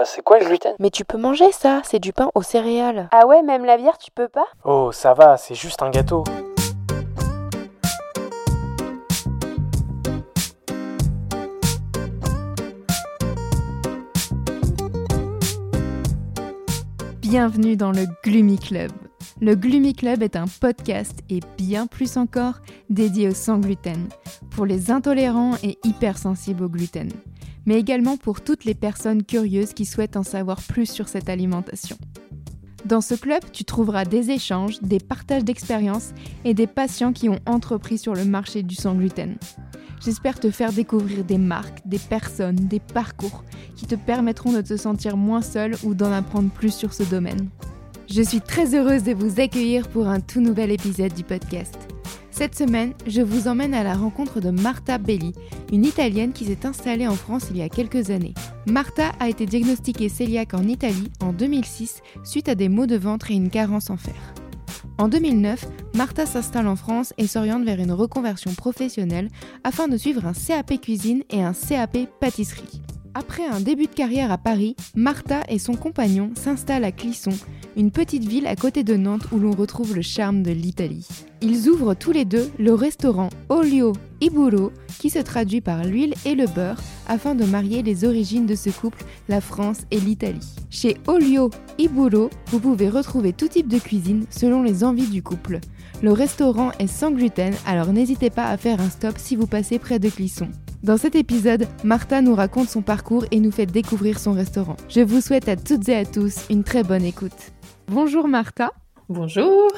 c'est quoi le gluten? Mais tu peux manger ça, c'est du pain aux céréales. Ah ouais, même la bière, tu peux pas? Oh, ça va, c'est juste un gâteau. Bienvenue dans le Gloomy Club. Le Gloomy Club est un podcast et bien plus encore dédié au sans gluten, pour les intolérants et hypersensibles au gluten, mais également pour toutes les personnes curieuses qui souhaitent en savoir plus sur cette alimentation. Dans ce club, tu trouveras des échanges, des partages d'expériences et des patients qui ont entrepris sur le marché du sans gluten. J'espère te faire découvrir des marques, des personnes, des parcours qui te permettront de te sentir moins seul ou d'en apprendre plus sur ce domaine. Je suis très heureuse de vous accueillir pour un tout nouvel épisode du podcast. Cette semaine, je vous emmène à la rencontre de Marta Belli, une Italienne qui s'est installée en France il y a quelques années. Marta a été diagnostiquée cœliaque en Italie en 2006 suite à des maux de ventre et une carence en fer. En 2009, Marta s'installe en France et s'oriente vers une reconversion professionnelle afin de suivre un CAP cuisine et un CAP pâtisserie. Après un début de carrière à Paris, Marta et son compagnon s'installent à Clisson, une petite ville à côté de Nantes où l'on retrouve le charme de l'Italie. Ils ouvrent tous les deux le restaurant Olio e Burro, qui se traduit par l'huile et le beurre, afin de marier les origines de ce couple, la France et l'Italie. Chez Olio e Burro, vous pouvez retrouver tout type de cuisine selon les envies du couple. Le restaurant est sans gluten, alors n'hésitez pas à faire un stop si vous passez près de Clisson. Dans cet épisode, Marta nous raconte son parcours et nous fait découvrir son restaurant. Je vous souhaite à toutes et à tous une très bonne écoute. Bonjour Marta. Bonjour.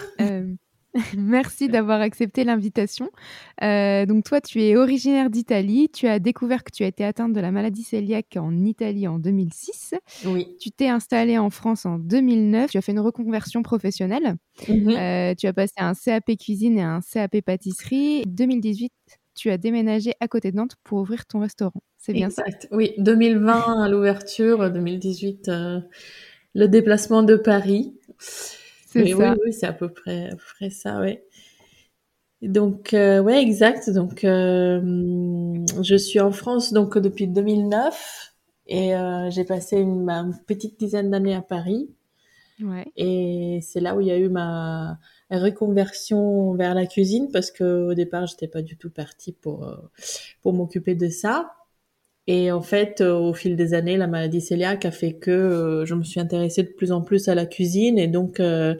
Merci d'avoir accepté l'invitation. Donc toi, tu es originaire d'Italie. Tu as découvert que tu as été atteinte de la maladie cœliaque en Italie en 2006. Oui. Tu t'es installée en France en 2009. Tu as fait une reconversion professionnelle. Tu as passé un CAP cuisine et un CAP pâtisserie. En 2018, tu as déménagé à côté de Nantes pour ouvrir ton restaurant. C'est bien ça? Exact. Oui, 2020 à l'ouverture, 2018 le déplacement de Paris. C'est Mais ça. oui, c'est à peu près ça, oui. Donc, ouais, exact. Donc, je suis en France donc depuis 2009 et j'ai passé une petite dizaine d'années à Paris. Ouais. Et c'est là où il y a eu ma reconversion vers la cuisine parce que au départ, j'étais pas du tout partie pour m'occuper de ça. Et en fait, au fil des années, la maladie cœliaque a fait que je me suis intéressée de plus en plus à la cuisine. Et donc,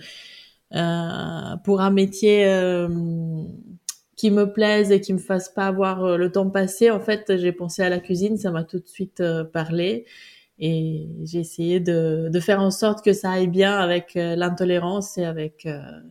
pour un métier qui me plaise et qui me fasse pas avoir le temps passé, en fait, j'ai pensé à la cuisine. Ça m'a tout de suite parlé. Et j'ai essayé de faire en sorte que ça aille bien avec l'intolérance et avec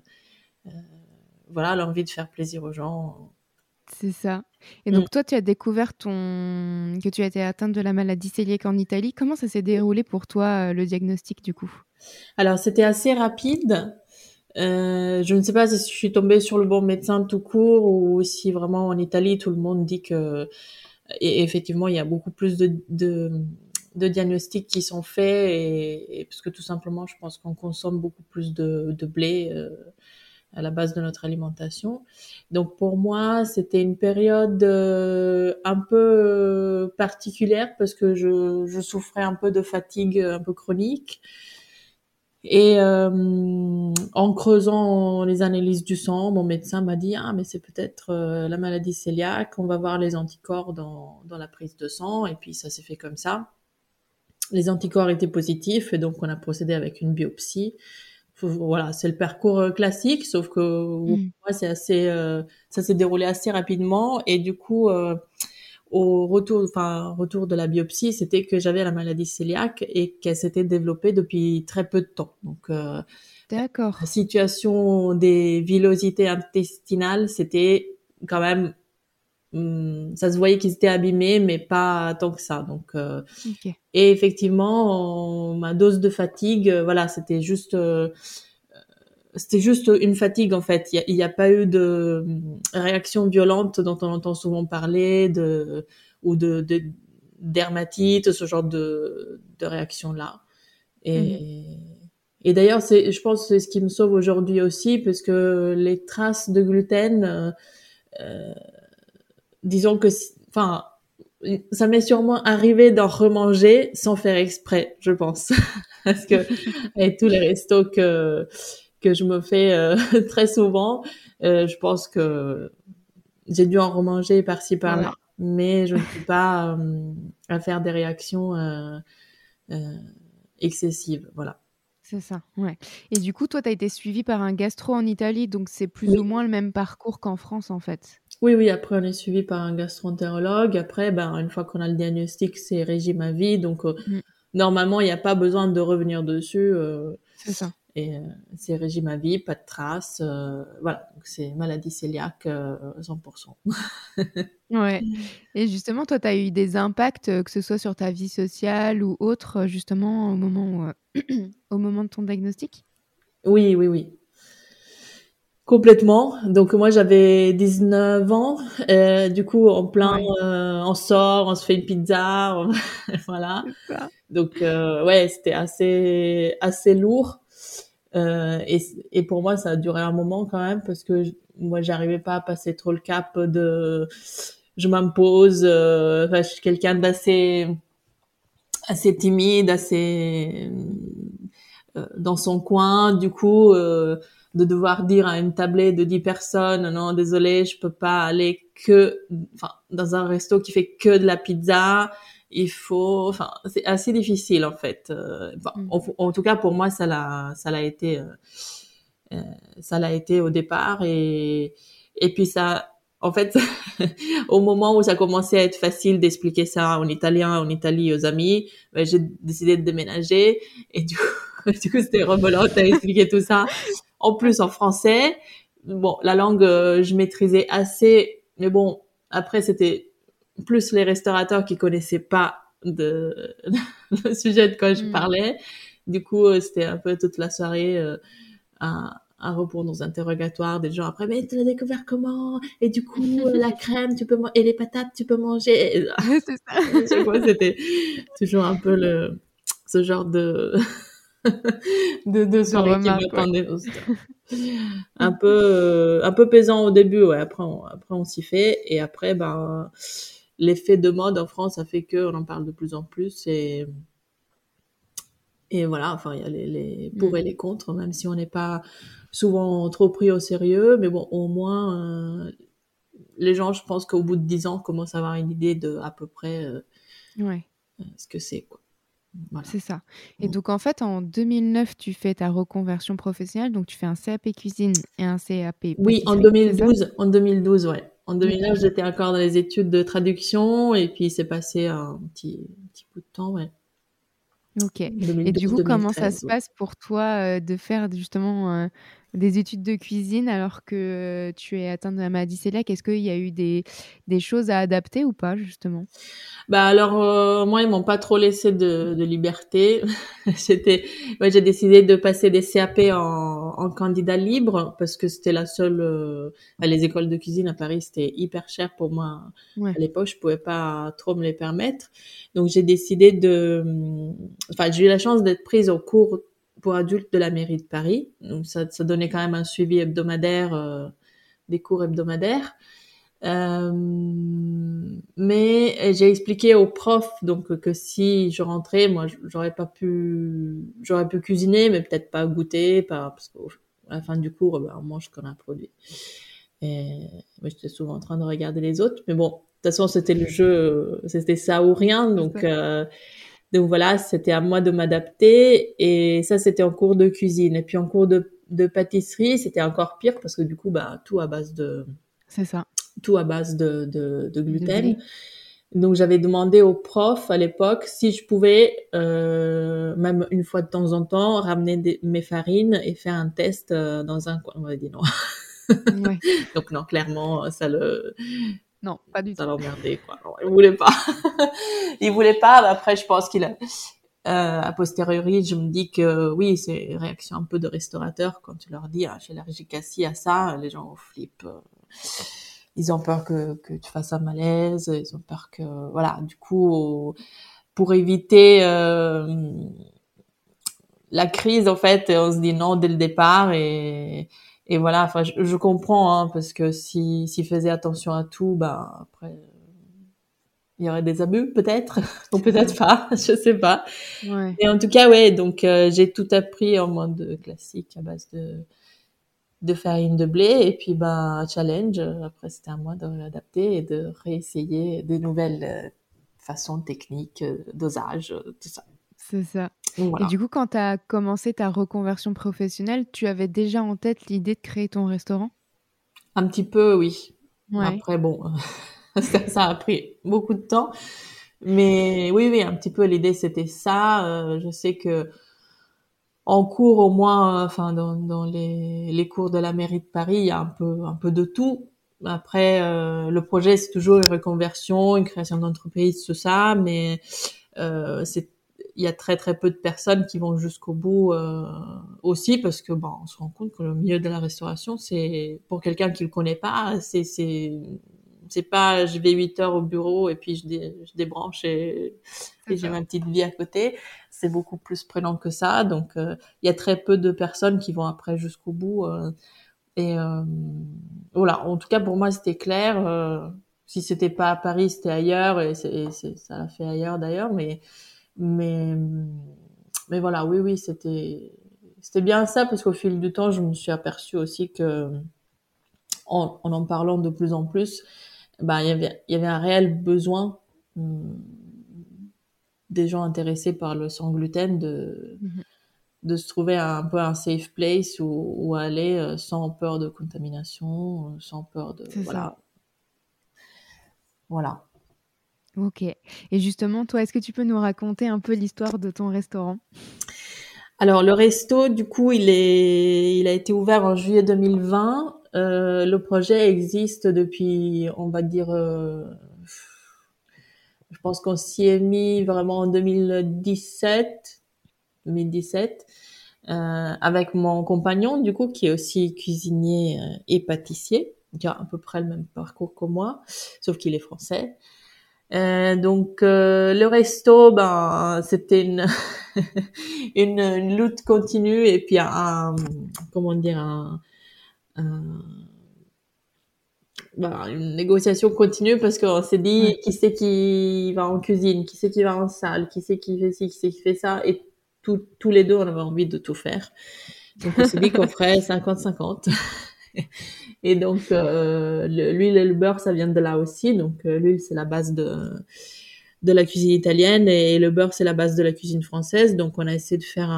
voilà l'envie de faire plaisir aux gens. C'est ça. Et donc toi, tu as découvert que tu étais atteinte de la maladie cœliaque en Italie. Comment ça s'est déroulé pour toi, le diagnostic du coup? Alors, c'était assez rapide. Je ne sais pas si je suis tombée sur le bon médecin tout court ou si vraiment en Italie, tout le monde dit que... Et effectivement, il y a beaucoup plus de diagnostics qui sont faits et parce que tout simplement, je pense qu'on consomme beaucoup plus de blé à la base de notre alimentation. Donc pour moi, c'était une période un peu particulière parce que je souffrais un peu de fatigue un peu chronique. Et en creusant les analyses du sang, mon médecin m'a dit mais c'est peut-être la maladie cœliaque, on va voir les anticorps dans la prise de sang. Et puis ça s'est fait comme ça. Les anticorps étaient positifs et donc on a procédé avec une biopsie. Voilà, c'est le parcours classique, sauf que moi c'est assez ça s'est déroulé assez rapidement et du coup au retour de la biopsie, c'était que j'avais la maladie cœliaque et qu'elle s'était développée depuis très peu de temps. Donc D'accord. La situation des villosités intestinales, c'était quand même ça se voyait qu'ils étaient abîmés, mais pas tant que ça. Donc Okay. Et effectivement, ma dose de fatigue, voilà, c'était juste une fatigue en fait. Il y a pas eu de réaction violente dont on entend souvent parler, ou de dermatite, ce genre de réaction là. Et d'ailleurs, je pense que c'est ce qui me sauve aujourd'hui aussi, parce que les traces de gluten, disons que, enfin, ça m'est sûrement arrivé d'en remanger sans faire exprès, je pense. Parce que avec tous les restos que je me fais très souvent, je pense que j'ai dû en remanger par-ci par-là. Ouais. Mais je ne suis pas à faire des réactions euh, excessives, voilà. C'est ça, ouais. Et du coup, toi, tu as été suivie par un gastro en Italie, donc c'est plus ou Oui. moins le même parcours qu'en France, en fait. Oui, après on est suivi par un gastro-entérologue. Après, ben, une fois qu'on a le diagnostic, c'est régime à vie. Donc, Mm, normalement, il n'y a pas besoin de revenir dessus. c'est ça. Et c'est régime à vie, pas de traces. Voilà, donc c'est maladie cœliaque 100%. Ouais. Et justement, toi, tu as eu des impacts, que ce soit sur ta vie sociale ou autre, justement, au moment de ton diagnostic? Oui. Complètement. Donc moi j'avais 19 ans. Du coup en plein, Ouais, on sort, on se fait une pizza, voilà. c'est ça. Donc ouais, c'était assez lourd. Et pour moi ça a duré un moment quand même parce que moi j'arrivais pas à passer trop le cap de je m'impose. Enfin, je suis quelqu'un assez timide, assez dans son coin. Du coup, de devoir dire à une tablée de 10 personnes, non, désolé, je peux pas aller dans un resto qui fait que de la pizza. C'est assez difficile en fait. Mm. En tout cas pour moi, euh, ça l'a été au départ et puis ça, en fait, au moment où ça commençait à être facile d'expliquer ça en italien, en Italie aux amis, ben, j'ai décidé de déménager et du coup, du coup c'était rebelote à expliquer tout ça. En plus en français, bon, la langue je maîtrisais assez, mais bon, après c'était plus les restaurateurs qui connaissaient pas le sujet de quoi je Mm. parlais. Du coup, c'était un peu toute la soirée à répondre aux interrogatoires des gens après, mais tu l'as découvert comment? Et du coup, la crème, et les patates, tu peux manger. Et, C'est ça. chaque fois, c'était toujours un peu ce genre de De soirée qui remarques, ouais. m'attendait. Donc, c'était un peu pesant au début, ouais. Après, on s'y fait. Et après, ben, l'effet de mode en France a fait qu'on en parle de plus en plus et voilà, enfin, il y a les pour Mm. et les contre, même si on n'est pas souvent trop pris au sérieux. Mais bon, au moins, les gens, je pense qu'au bout de 10 ans, commencent à avoir une idée de à peu près Ouais. ce que c'est, quoi. Voilà. C'est ça. Et donc, en fait, en 2009, tu fais ta reconversion professionnelle. Donc, tu fais un CAP cuisine et un CAP Oui, en pâtisserie, c'est ça? 2012, en 2012, ouais. En Ok. 2009, j'étais encore dans les études de traduction et puis c'est passé un petit bout de temps, ouais. Ok. Et du coup, comment ça 2012-2013, se ouais. passe pour toi de faire justement des études de cuisine alors que tu es atteinte de la maladie cœliaque? Est-ce qu'il y a eu des choses à adapter ou pas, justement? Bah alors moi ils m'ont pas trop laissé de liberté. J'ai décidé de passer des CAP en candidat libre parce que c'était la seule les écoles de cuisine à Paris c'était hyper cher pour moi Ouais, à l'époque, je pouvais pas trop me les permettre. Donc j'ai décidé j'ai eu la chance d'être prise au cours pour adultes de la mairie de Paris. Donc ça donnait quand même un suivi hebdomadaire des cours hebdomadaires. Euh, mais j'ai expliqué au prof donc que si je rentrais, moi j'aurais pu cuisiner, mais peut-être pas goûter, parce qu'à la fin du cours, ben, on mange ce qu'on a produit. Et moi, j'étais souvent en train de regarder les autres, mais bon, de toute façon c'était le jeu, c'était ça ou rien, c'est ça. donc voilà, c'était à moi de m'adapter et ça c'était en cours de cuisine et puis en cours de pâtisserie, c'était encore pire parce que du coup bah C'est ça. tout à base de De gluten. blé. Donc j'avais demandé au prof à l'époque si je pouvais, même une fois de temps en temps, ramener mes farines et faire un test dans un coin. On m'a dit non. Ouais. Donc non, clairement, Non, pas du ça tout. l'emmerdait, quoi. Non, il voulait pas. Il voulait pas. Mais après, je pense qu'il a, a posteriori, je me dis que oui, c'est une réaction un peu de restaurateur quand tu leur dis, ah, je suis allergique à ci, à ça, les gens flippent. Ils ont peur que tu fasses un malaise, ils ont peur que, voilà. Du coup, pour éviter la crise, en fait, on se dit non dès le départ et voilà. Enfin, je comprends, hein, parce que s'ils faisaient attention à tout, bah après, il y aurait des abus peut-être ou peut-être pas, je sais pas. Ouais. Et en tout cas, ouais, donc j'ai tout appris en mode classique à base de farine de blé et puis challenge. Après, c'était à moi de l'adapter et de réessayer des nouvelles façons techniques, dosage, tout ça. C'est ça. Donc Et voilà. du coup, quand tu as commencé ta reconversion professionnelle, tu avais déjà en tête l'idée de créer ton restaurant? Un petit peu, oui. Ouais. Après, bon, ça a pris beaucoup de temps. Mais oui, oui, un petit peu l'idée c'était ça. Je sais que en cours au moins, enfin dans les cours de la mairie de Paris, il y a un peu de tout. Après, le projet c'est toujours une reconversion, une création d'entreprise, tout ça, mais c'est il y a très très peu de personnes qui vont jusqu'au bout aussi parce que on se rend compte que le milieu de la restauration c'est pour quelqu'un qui le connaît pas, c'est pas je vais 8 heures au bureau et puis je débranche et j'ai ma petite vie à côté. C'est beaucoup plus prenant que ça. Donc, il y a très peu de personnes qui vont après jusqu'au bout. Et voilà. En tout cas, pour moi, c'était clair. Si c'était pas à Paris, c'était ailleurs. Ça l'a fait ailleurs d'ailleurs. Mais, mais voilà. Oui, oui, c'était bien ça parce qu'au fil du temps, je me suis aperçue aussi que en parlant de plus en plus, il y avait un réel besoin des gens intéressés par le sans gluten Mhm. de se trouver un peu un safe place où aller sans peur de contamination, sans peur de C'est ça. voilà. Ok. Et justement, toi, est-ce que tu peux nous raconter un peu l'histoire de ton restaurant? Alors le resto du coup il a été ouvert en juillet 2020. Le projet existe depuis on va dire je pense qu'on s'y est mis vraiment en 2017 avec mon compagnon du coup qui est aussi cuisinier et pâtissier, qui a à peu près le même parcours que moi, sauf qu'il est français. Donc le resto, c'était une lutte continue et puis comment dire une négociation continue parce qu'on s'est dit Ouais. qui c'est qui va en cuisine, qui c'est qui va en salle, qui c'est qui fait ci, qui c'est qui fait ça et tous les deux on avait envie de tout faire. Donc on s'est dit qu'on ferait 50-50. Et donc l'huile et le beurre ça vient de là aussi. Donc l'huile c'est la base de la cuisine italienne et le beurre c'est la base de la cuisine française. Donc on a essayé de faire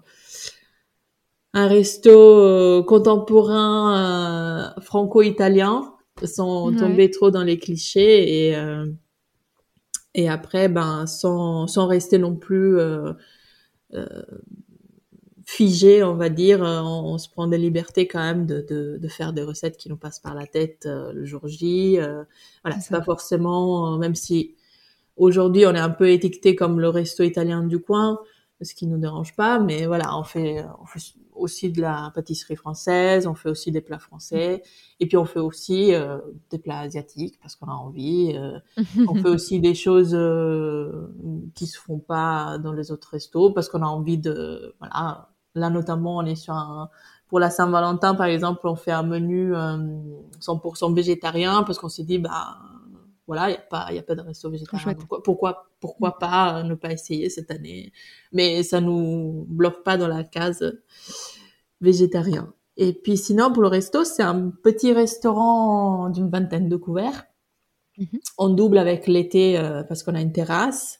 un resto contemporain franco-italien sans Ouais. tomber trop dans les clichés et après sans rester non plus figé, on va dire. On se prend des libertés quand même de faire des recettes qui nous passent par la tête le jour J. Voilà, C'est c'est pas ça. forcément, même si aujourd'hui on est un peu étiqueté comme le resto italien du coin, ce qui nous dérange pas, mais voilà, on fait aussi de la pâtisserie française, on fait aussi des plats français, et puis on fait aussi des plats asiatiques parce qu'on a envie. On fait aussi des choses qui se font pas dans les autres restos parce qu'on a envie de, voilà. Là notamment, on est sur pour la Saint-Valentin par exemple, on fait un menu 100% végétarien parce qu'on s'est dit voilà, il y a pas de resto Trop végétarien. chouette. Donc pourquoi pas ne pas essayer cette année. Mais ça nous bloque pas dans la case végétarien. Et puis sinon pour le resto, c'est un petit restaurant d'une vingtaine de couverts. Mhm. On double avec l'été parce qu'on a une terrasse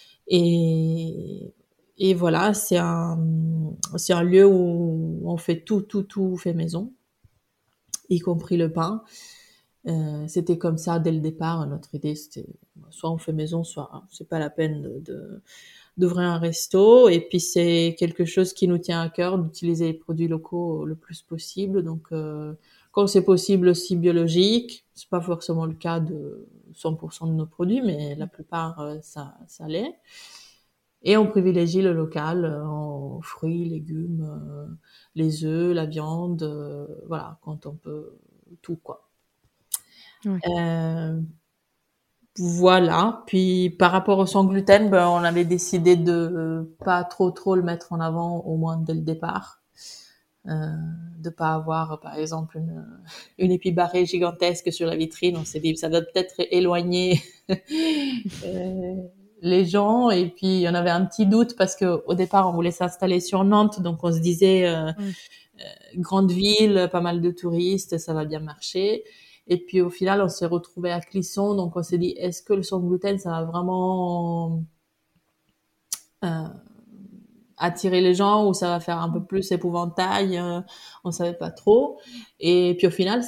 et voilà, c'est un lieu où on fait tout fait maison, y compris le pain. C'était comme ça dès le départ. Notre idée, c'était soit on fait maison, soit c'est pas la peine d'ouvrir un resto. Et puis c'est quelque chose qui nous tient à cœur d'utiliser les produits locaux le plus possible. Donc quand c'est possible aussi biologique, c'est pas forcément le cas de 100% de nos produits, mais la plupart ça l'est. Et on privilégie le local en fruits, légumes, les œufs, la viande, voilà, quand on peut tout quoi. Ouais. Voilà. Puis par rapport au sans gluten, on avait décidé de pas trop le mettre en avant, au moins dès le départ, de pas avoir, par exemple, une épibarrée gigantesque sur la vitrine. On s'est dit, ça va peut-être éloigner euh, les gens. Et puis, il y en avait un petit doute parce que au départ, on voulait s'installer sur Nantes. Donc, on se disait, grande ville, pas mal de touristes, ça va bien marcher. Et puis, au final, on s'est retrouvé à Clisson. Donc, on s'est dit, est-ce que le sans gluten, ça va vraiment euh, attirer les gens ou ça va faire un peu plus épouvantail, on savait pas trop. Et puis au final,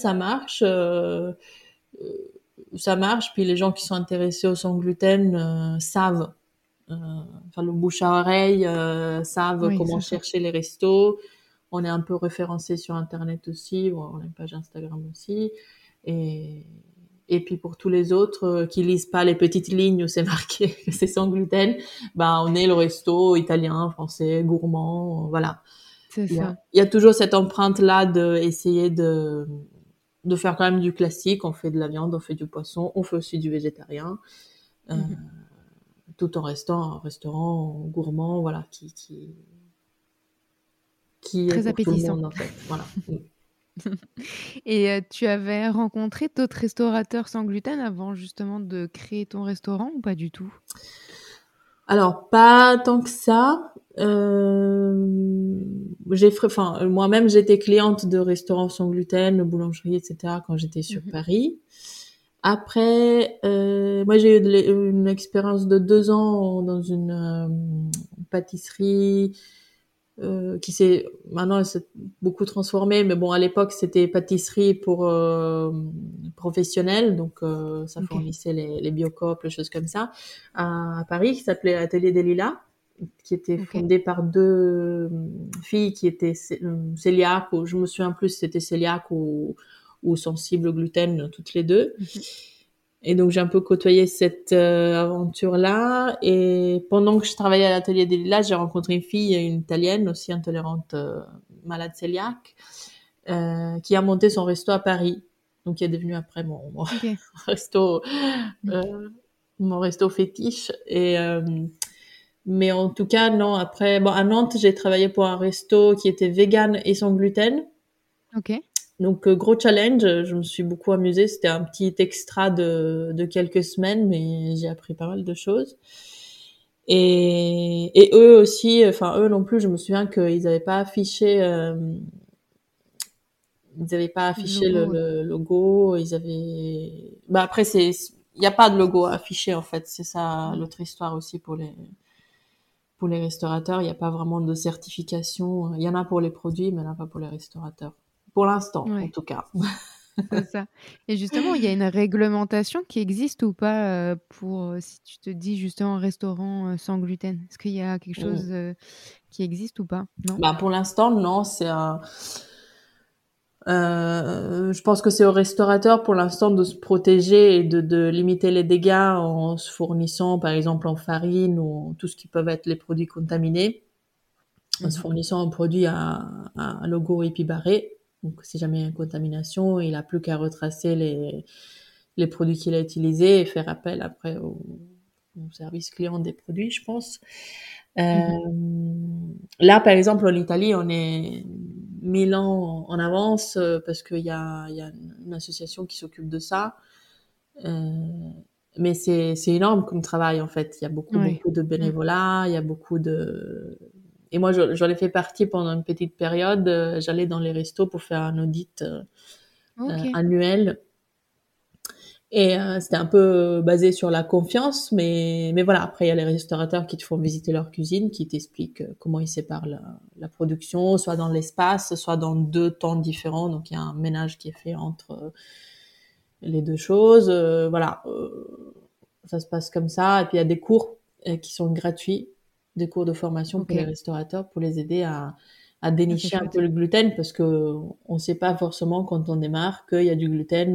ça marche. Puis les gens qui sont intéressés au sans gluten savent, enfin le bouche à oreille, savent Oui, comment c'est ça. chercher les restos. On est un peu référencé sur Internet aussi. Bon, on a une page Instagram aussi. Et et puis pour tous les autres qui lisent pas les petites lignes où c'est marqué que c'est sans gluten, bah on est le resto italien, français, gourmand, voilà. C'est Il y a, ça. il y a toujours cette empreinte là de essayer de faire quand même du classique. On fait de la viande, on fait du poisson, on fait aussi du végétarien, euh, Mhm. tout en restant un restaurant gourmand, voilà, qui est Très pour tout le appétissant. monde en fait, voilà. Et tu avais rencontré d'autres restaurateurs sans gluten avant justement de créer ton restaurant ou pas du tout? Alors, pas tant que ça. Enfin, moi-même, j'étais cliente de restaurants sans gluten, de boulangeries, etc. quand j'étais sur Mhm. Paris. Après, moi, j'ai eu une expérience de 2 ans dans une pâtisserie qui s'est maintenant elle s'est beaucoup transformée, mais bon à l'époque c'était pâtisserie pour professionnels, donc ça Ok. fournissait les biocopes, les choses comme ça, à Paris, qui s'appelait Atelier des Lilas, qui était Ok. fondé par deux filles qui étaient cœliaques, ou je me souviens plus si c'était cœliaque ou sensible au gluten, toutes les deux. Mhm. Et donc j'ai un peu côtoyé cette aventure-là. Et pendant que je travaillais à l'atelier des Lilas, j'ai rencontré une fille, une italienne aussi intolérante, malade cœliaque, qui a monté son resto à Paris. Donc qui est devenu après mon Ok. resto, euh, mon resto fétiche. Et mais en tout cas non. Après, bon à Nantes, j'ai travaillé pour un resto qui était vegan et sans gluten. Ok. Donc gros challenge, je me suis beaucoup amusée. C'était un petit extra de quelques semaines, mais j'ai appris pas mal de choses. Et eux aussi, enfin eux non plus, je me souviens qu'ils n'avaient pas affiché, ils avaient pas Le affiché logo, ouais. le logo. Ils avaient, bah après il n'y a pas de logo à afficher en fait. C'est ça Mm. l'autre histoire aussi pour les restaurateurs. Il n'y a pas vraiment de certification. Il y en a pour les produits, mais il n'y en a pas pour les restaurateurs. Pour l'instant, en Ouais, tout cas. c'est ça. Et justement, il y a une réglementation qui existe ou pas pour si tu te dis justement restaurant sans gluten? Est-ce qu'il y a quelque chose qui existe ou pas? Non? Bah pour l'instant, non. Je pense que c'est au restaurateur pour l'instant de se protéger et de limiter les dégâts en se fournissant, par exemple, en farine ou tout ce qui peuvent être les produits contaminés, en se Mhm. fournissant un produit à un logo épibarré. Donc, si jamais il y a une contamination, il a plus qu'à retracer les produits qu'il a utilisés et faire appel après au service client des produits, je pense. Mhm. Là, par exemple, en Italie, on est 1000 ans en avance parce qu'il y a une association qui s'occupe de ça. Euh, mais c'est énorme comme travail, en fait. Il y a beaucoup, Ouais. beaucoup de Mm. bénévolat, il y a beaucoup de... Et moi, j'en ai fait partie pendant une petite période. J'allais dans les restos pour faire un audit Ok. annuel et c'était un peu basé sur la confiance, mais voilà. Après, il y a les restaurateurs qui te font visiter leur cuisine, qui t'expliquent comment ils séparent la production, soit dans l'espace, soit dans 2 temps différents. Donc, il y a un ménage qui est fait entre les deux choses. Voilà, ça se passe comme ça. Et puis, il y a des cours qui sont gratuits, des cours de formation Ok. pour les restaurateurs, pour les aider à Ah, c'est dénicher un peu chouette. le gluten, parce que on sait pas forcément quand on démarre qu'il y a du gluten.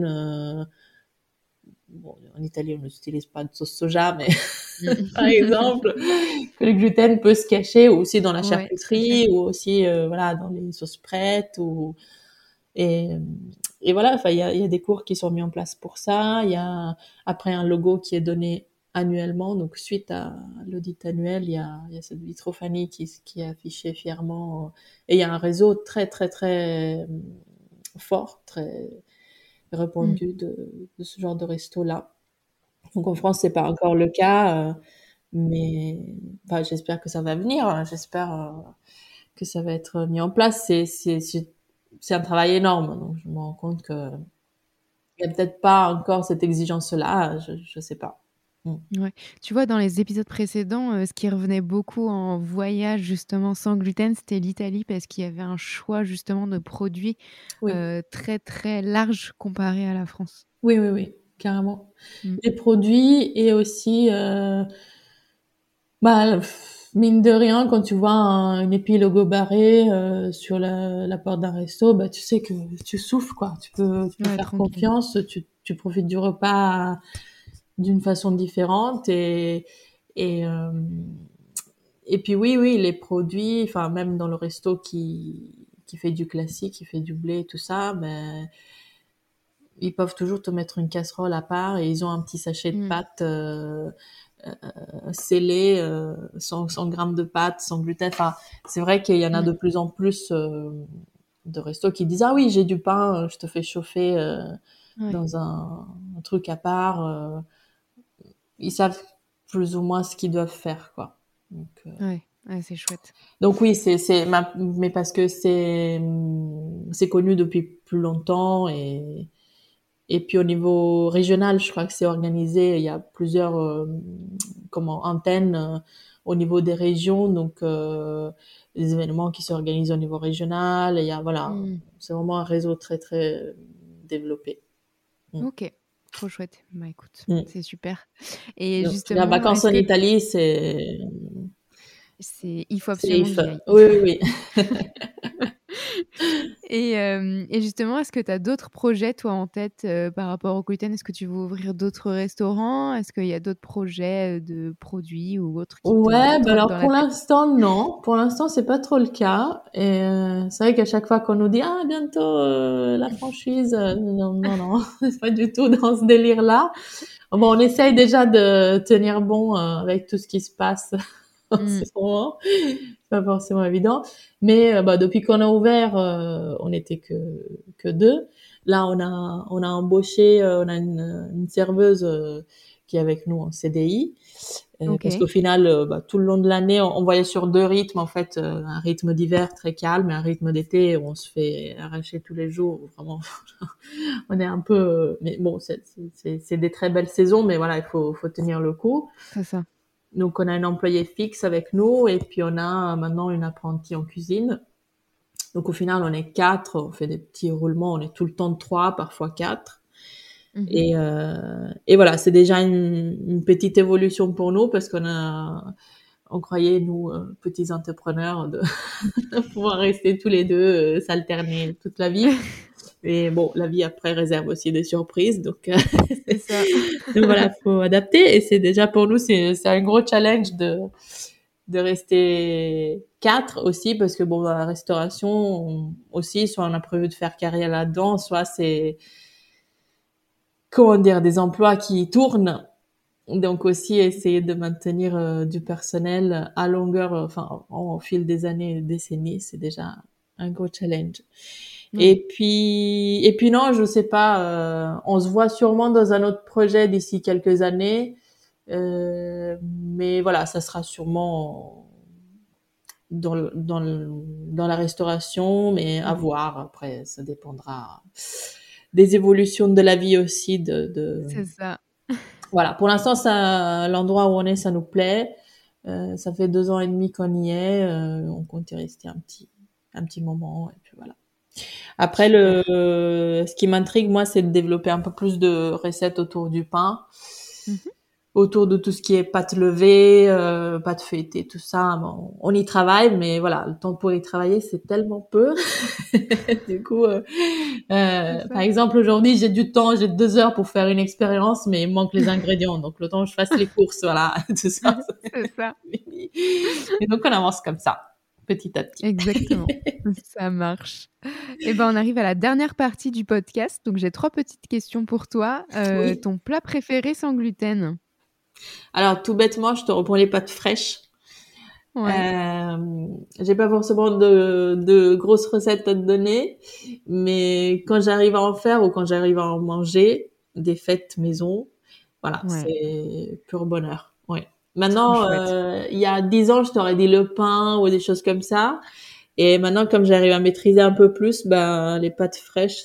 Bon, en Italie, on n'utilise pas de sauce soja, mais par Mm. exemple, que le gluten peut se cacher aussi dans la Ouais, tout à fait. charcuterie ou aussi voilà dans les sauces prêtes et et voilà. Enfin, il y a des cours qui sont mis en place pour ça. Il y a après un logo qui est donné annuellement. Donc, suite à l'audit annuel, il y a cette Vitrofanie qui est affichée fièrement. Et il y a un réseau très, très, très fort, très répandu de ce genre de resto-là. Donc, en France, c'est pas encore le cas, mais enfin, j'espère que ça va venir. J'espère que ça va être mis en place. C'est un travail énorme. Donc, je me rends compte que il y a peut-être pas encore cette exigence-là. Je sais pas. Ouais. Tu vois, dans les épisodes précédents, ce qui revenait beaucoup en voyage justement sans gluten, c'était l'Italie parce qu'il y avait un choix justement de produits Oui. très très large comparé à la France. Oui, carrément. Les produits et aussi, mine de rien, quand tu vois un épilogo barré sur la porte d'un resto, tu sais que tu souffles, quoi. Tu peux faire tranquille. confiance, tu profites du repas d'une façon différente et puis oui, les produits, enfin même dans le resto qui fait du classique, qui fait du blé, tout ça, ils peuvent toujours te mettre une casserole à part et ils ont un petit sachet de pâtes scellées, 100 grammes de pâtes sans gluten. Enfin, c'est vrai qu'il y en a de plus en plus de restos qui disent ah oui, j'ai du pain, je te fais chauffer dans un truc à part. Ils savent plus ou moins ce qu'ils doivent faire, quoi. Donc, Ouais, c'est chouette. donc oui, mais parce que c'est connu depuis plus longtemps et puis au niveau régional, je crois que c'est organisé. Il y a plusieurs antennes au niveau des régions, donc des événements qui s'organisent au niveau régional. Et il y a c'est vraiment un réseau très très développé. Ok, trop chouette. Bah écoute, c'est super. Et donc, justement, la vacance en Italie, il faut absolument que j'y aille. Oui. Et justement, est-ce que tu as d'autres projets, toi, en tête par rapport au gluten? Est-ce que tu veux ouvrir d'autres restaurants? Est-ce qu'il y a d'autres projets de produits ou autres qui te trottent alors dans la pour tête? l'instant, non. Pour l'instant, c'est pas trop le cas. Et c'est vrai qu'à chaque fois qu'on nous dit ah bientôt la franchise, non, c'est pas du tout dans ce délire-là. Bon, on essaye déjà de tenir bon avec tout ce qui se passe en ce moment. C'est pas forcément évident. Mais depuis qu'on a ouvert, on n'était que deux. Là, on a embauché, on a une serveuse qui est avec nous en CDI. Parce qu'au final, tout le long de l'année, on voyait sur deux rythmes, en fait, un rythme d'hiver très calme et un rythme d'été où on se fait arracher tous les jours. Vraiment, on est un peu, mais bon, c'est des très belles saisons, mais voilà, il faut tenir le coup. C'est ça. Donc, on a une employée fixe avec nous et puis on a maintenant une apprentie en cuisine. Donc, au final, on est 4, on fait des petits roulements, on est tout le temps 3, parfois 4. Et voilà, c'est déjà une petite évolution pour nous parce on croyait, nous, petits entrepreneurs, de pouvoir rester tous les deux, s'alterner toute la vie. Et bon, la vie après réserve aussi des surprises, donc c'est ça. donc voilà, faut adapter. Et c'est déjà pour nous, c'est un gros challenge de rester 4 aussi parce que bon, dans la restauration aussi, soit on a prévu de faire carrière là-dedans, soit c'est des emplois qui tournent. Donc aussi essayer de maintenir du personnel à longueur, enfin au fil des années et des décennies, c'est déjà un gros challenge. Et puis non, je sais pas, on se voit sûrement dans un autre projet d'ici quelques années, mais voilà, ça sera sûrement dans la restauration, mais à voir. Après, ça dépendra des évolutions de la vie aussi. C'est ça. Voilà, pour l'instant, l'endroit où on est, ça nous plaît. Ça fait 2 ans et demi qu'on y est. On compte y rester un petit moment. Et puis voilà. Après, ce qui m'intrigue, moi, c'est de développer un peu plus de recettes autour du pain. Autour de tout ce qui est pâte levée, pâte feuilletée, tout ça. Bon, on y travaille, mais voilà, le temps pour y travailler, c'est tellement peu. Du coup, par exemple, aujourd'hui, j'ai du temps, j'ai 2 heures pour faire une expérience, mais il me manque les ingrédients. Donc, le temps que je fasse les courses, voilà, tout ça. C'est ça. Et donc, on avance comme ça, petit à petit. Exactement. Ça marche. Et ben, on arrive à la dernière partie du podcast. Donc, j'ai 3 petites questions pour toi. Oui. Ton plat préféré sans gluten? Alors, tout bêtement, je te reprends les pâtes fraîches. Ouais. J'ai pas forcément de grosses recettes à te donner, mais quand j'arrive à en faire ou quand j'arrive à en manger, des fêtes maison, voilà, Ouais. c'est pur bonheur. Ouais. Trop Maintenant, chouette. il y a 10 ans, je t'aurais dit le pain ou des choses comme ça. Et maintenant, comme j'arrive à maîtriser un peu plus, ben, les pâtes fraîches,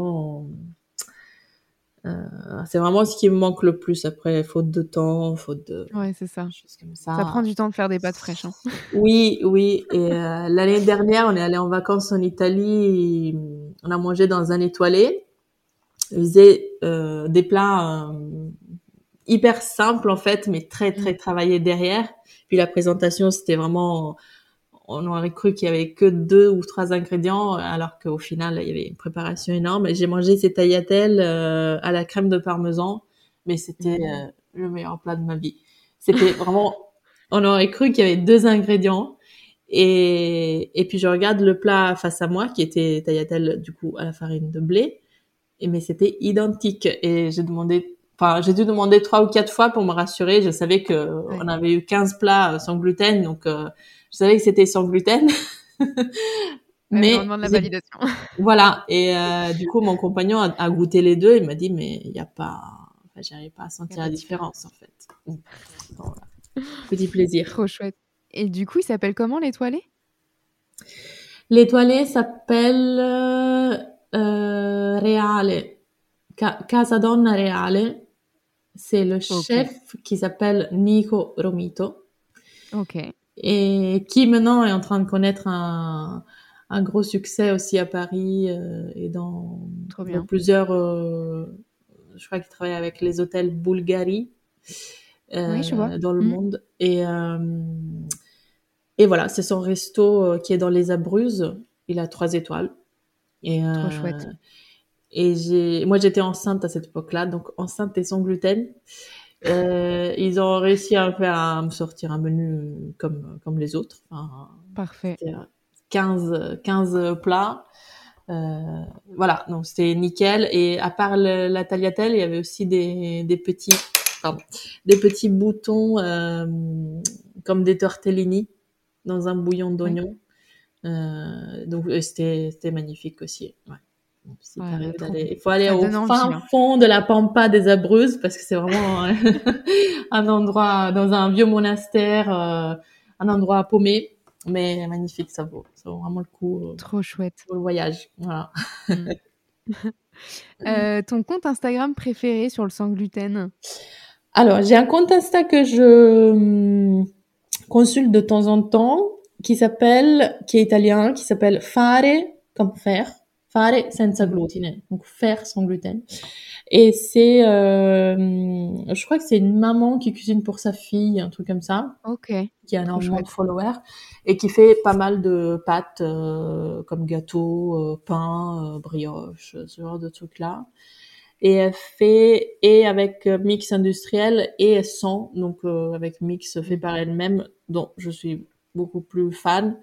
c'est vraiment ce qui me manque le plus. Après, faute de temps, faute de Ouais, c'est ça. choses comme Ça prend ça. du temps de faire des pâtes fraîches, hein. Oui, oui. Et l'année dernière, on est allé en vacances en Italie. Et, on a mangé dans un étoilé. Ils faisaient des plats hyper simples en fait, mais très très travaillés derrière. Puis la présentation, c'était vraiment, on aurait cru qu'il y avait que 2 ou 3 ingrédients, alors qu'au final, il y avait une préparation énorme. Et j'ai mangé ces tagliatelles à la crème de parmesan, mais c'était le meilleur plat de ma vie. C'était vraiment, on aurait cru qu'il y avait 2 ingrédients. Et puis je regarde le plat face à moi, qui était tagliatelle du coup à la farine de blé, mais c'était identique. Et j'ai dû demander 3 ou 4 fois pour me rassurer. Je savais que Ouais. on avait eu 15 plats sans gluten, donc je savais que c'était sans gluten. Ouais, mais on Mais demande la validation. voilà. Et du coup, mon compagnon a goûté les deux. Il m'a dit, mais il y a pas, enfin, j'arrive pas à Y a sentir pas la de différence différence. en fait. Donc, voilà. Petit plaisir. Trop chouette. Et du coup, il s'appelle comment l'étoilé? L'étoilé s'appelle Reale, Casa Donna Reale. C'est le Ok. chef qui s'appelle Nico Romito Ok. et qui maintenant est en train de connaître un gros succès aussi à Paris et Trop dans bien. plusieurs. Je crois qu'il travaille avec les hôtels Bulgari Oui, je vois. dans le monde et voilà, c'est son resto qui est dans les Abruzzes. Il a 3 étoiles et Trop chouette. moi j'étais enceinte à cette époque-là, donc enceinte et sans gluten. Ils ont réussi à me sortir un menu comme les autres. Enfin, Parfait. c'était 15 plats. Voilà, donc c'était nickel. Et à part la tagliatelle, il y avait aussi pardon, des petits boutons comme des tortellini dans un bouillon Oui. d'oignon. Donc c'était magnifique aussi. Ouais. Donc, si Ouais, bah, t'arrives trop d'aller, bon. il faut aller Ça au donne envie, fin hein. fond de la pampa des Abruzzes parce que c'est vraiment un endroit dans un vieux monastère, un endroit paumé, mais magnifique. Ça vaut vraiment le coup Trop chouette. pour le voyage. Voilà. Mm. Ton compte Instagram préféré sur le sans gluten? Alors, j'ai un compte Insta que je consulte de temps en temps, qui est italien, qui s'appelle Fare comme faire, Fare senza Mm. glutine, donc faire sans gluten. Et je crois que c'est une maman qui cuisine pour sa fille, un truc comme ça, Ok. qui a Trop énormément de chouette. followers et qui fait pas mal de pâtes comme gâteau, pain, brioche, ce genre de trucs là. Et elle fait et avec mix industriel et sans, donc avec mix fait Mm. par elle-même, dont je suis beaucoup plus fan.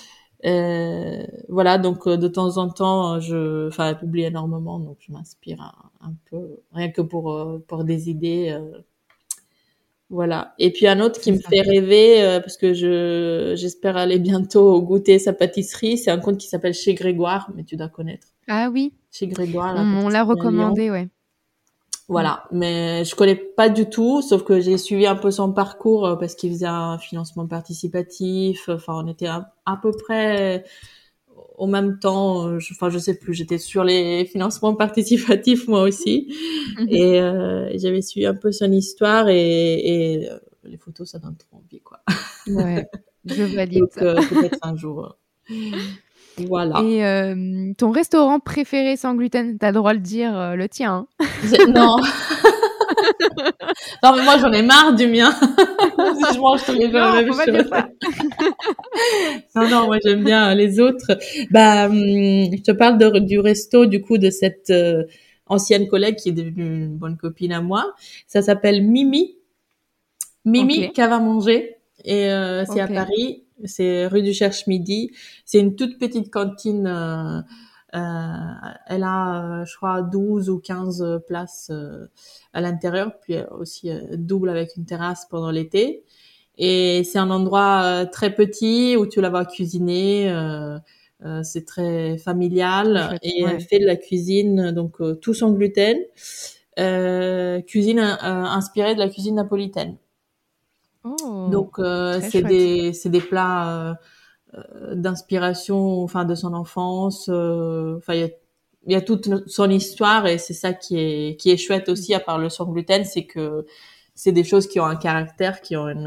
Voilà, donc de temps en temps, enfin, elle publie énormément, donc je m'inspire un peu, rien que pour des idées. Voilà. Et puis un autre qui C'est me ça. fait rêver, parce que j'espère aller bientôt goûter sa pâtisserie, c'est un compte qui s'appelle Chez Grégoire, mais tu dois connaître. Ah oui, Chez Grégoire, la on l'a pâtisserie à Lyon. recommandé, ouais. Mm. Voilà, mais je connais pas du tout, sauf que j'ai suivi un peu son parcours parce qu'il faisait un financement participatif. Enfin, on était à peu près au même temps. Enfin, je sais plus. J'étais sur les financements participatifs moi aussi, et j'avais suivi un peu son histoire et les photos, ça donne trop envie, quoi. Ouais, je valide Donc ça. peut-être un jour. Voilà. Et ton restaurant préféré sans gluten, t'as le droit de dire le tien, hein. Non, non, mais moi j'en ai marre du mien. Si je mange tous les jours la Non, même faut pas dire chose. ça. Non, non, moi j'aime bien les autres. Bah, je te parle du resto, du coup, de cette ancienne collègue qui est devenue une bonne copine à moi. Ça s'appelle Mimi. Mimi Ok, Cave à manger. Et c'est à ok. Paris. C'est rue du Cherche-Midi. C'est une toute petite cantine Elle a, je crois, 12 ou 15 places à l'intérieur, puis aussi double avec une terrasse pendant l'été. Et c'est un endroit très petit où tu la vois cuisiner. C'est très familial. Chouette, Et ouais. elle fait de la cuisine, donc tout sans gluten. Cuisine inspirée de la cuisine napolitaine. Oh, Donc très c'est chouette. des plats d'inspiration, enfin de son enfance. Enfin il y a toute son histoire et c'est ça qui est chouette aussi à part le sans gluten, c'est que c'est des choses qui ont un caractère, qui ont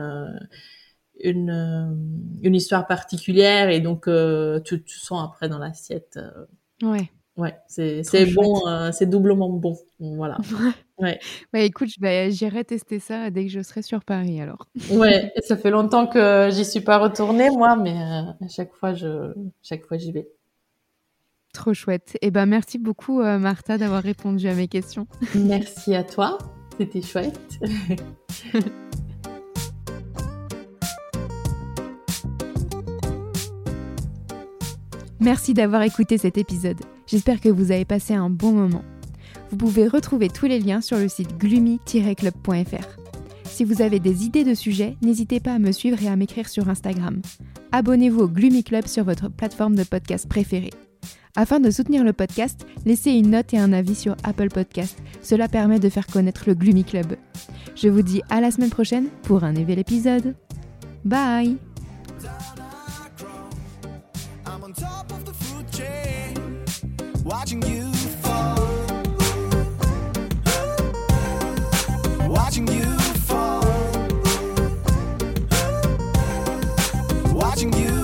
une histoire particulière et donc tu sens après dans l'assiette. Ouais, Ouais, c'est trop bon, chouette. c'est doublement bon. Voilà. Ouais. Ouais, écoute, j'irai tester ça dès que je serai sur Paris alors. Ouais, et ça fait longtemps que j'y suis pas retournée moi, mais à chaque fois j'y vais. Trop chouette. Et ben merci beaucoup Martha d'avoir répondu à mes questions. Merci à toi, c'était chouette. Merci d'avoir écouté cet épisode. J'espère que vous avez passé un bon moment. Vous pouvez retrouver tous les liens sur le site gloomy-club.fr. Si vous avez des idées de sujets, n'hésitez pas à me suivre et à m'écrire sur Instagram. Abonnez-vous au Gloomy Club sur votre plateforme de podcast préférée. Afin de soutenir le podcast, laissez une note et un avis sur Apple Podcast. Cela permet de faire connaître le Gloomy Club. Je vous dis à la semaine prochaine pour un nouvel épisode. Bye! I'm on top of the food chain, watching you fall, watching you fall, watching you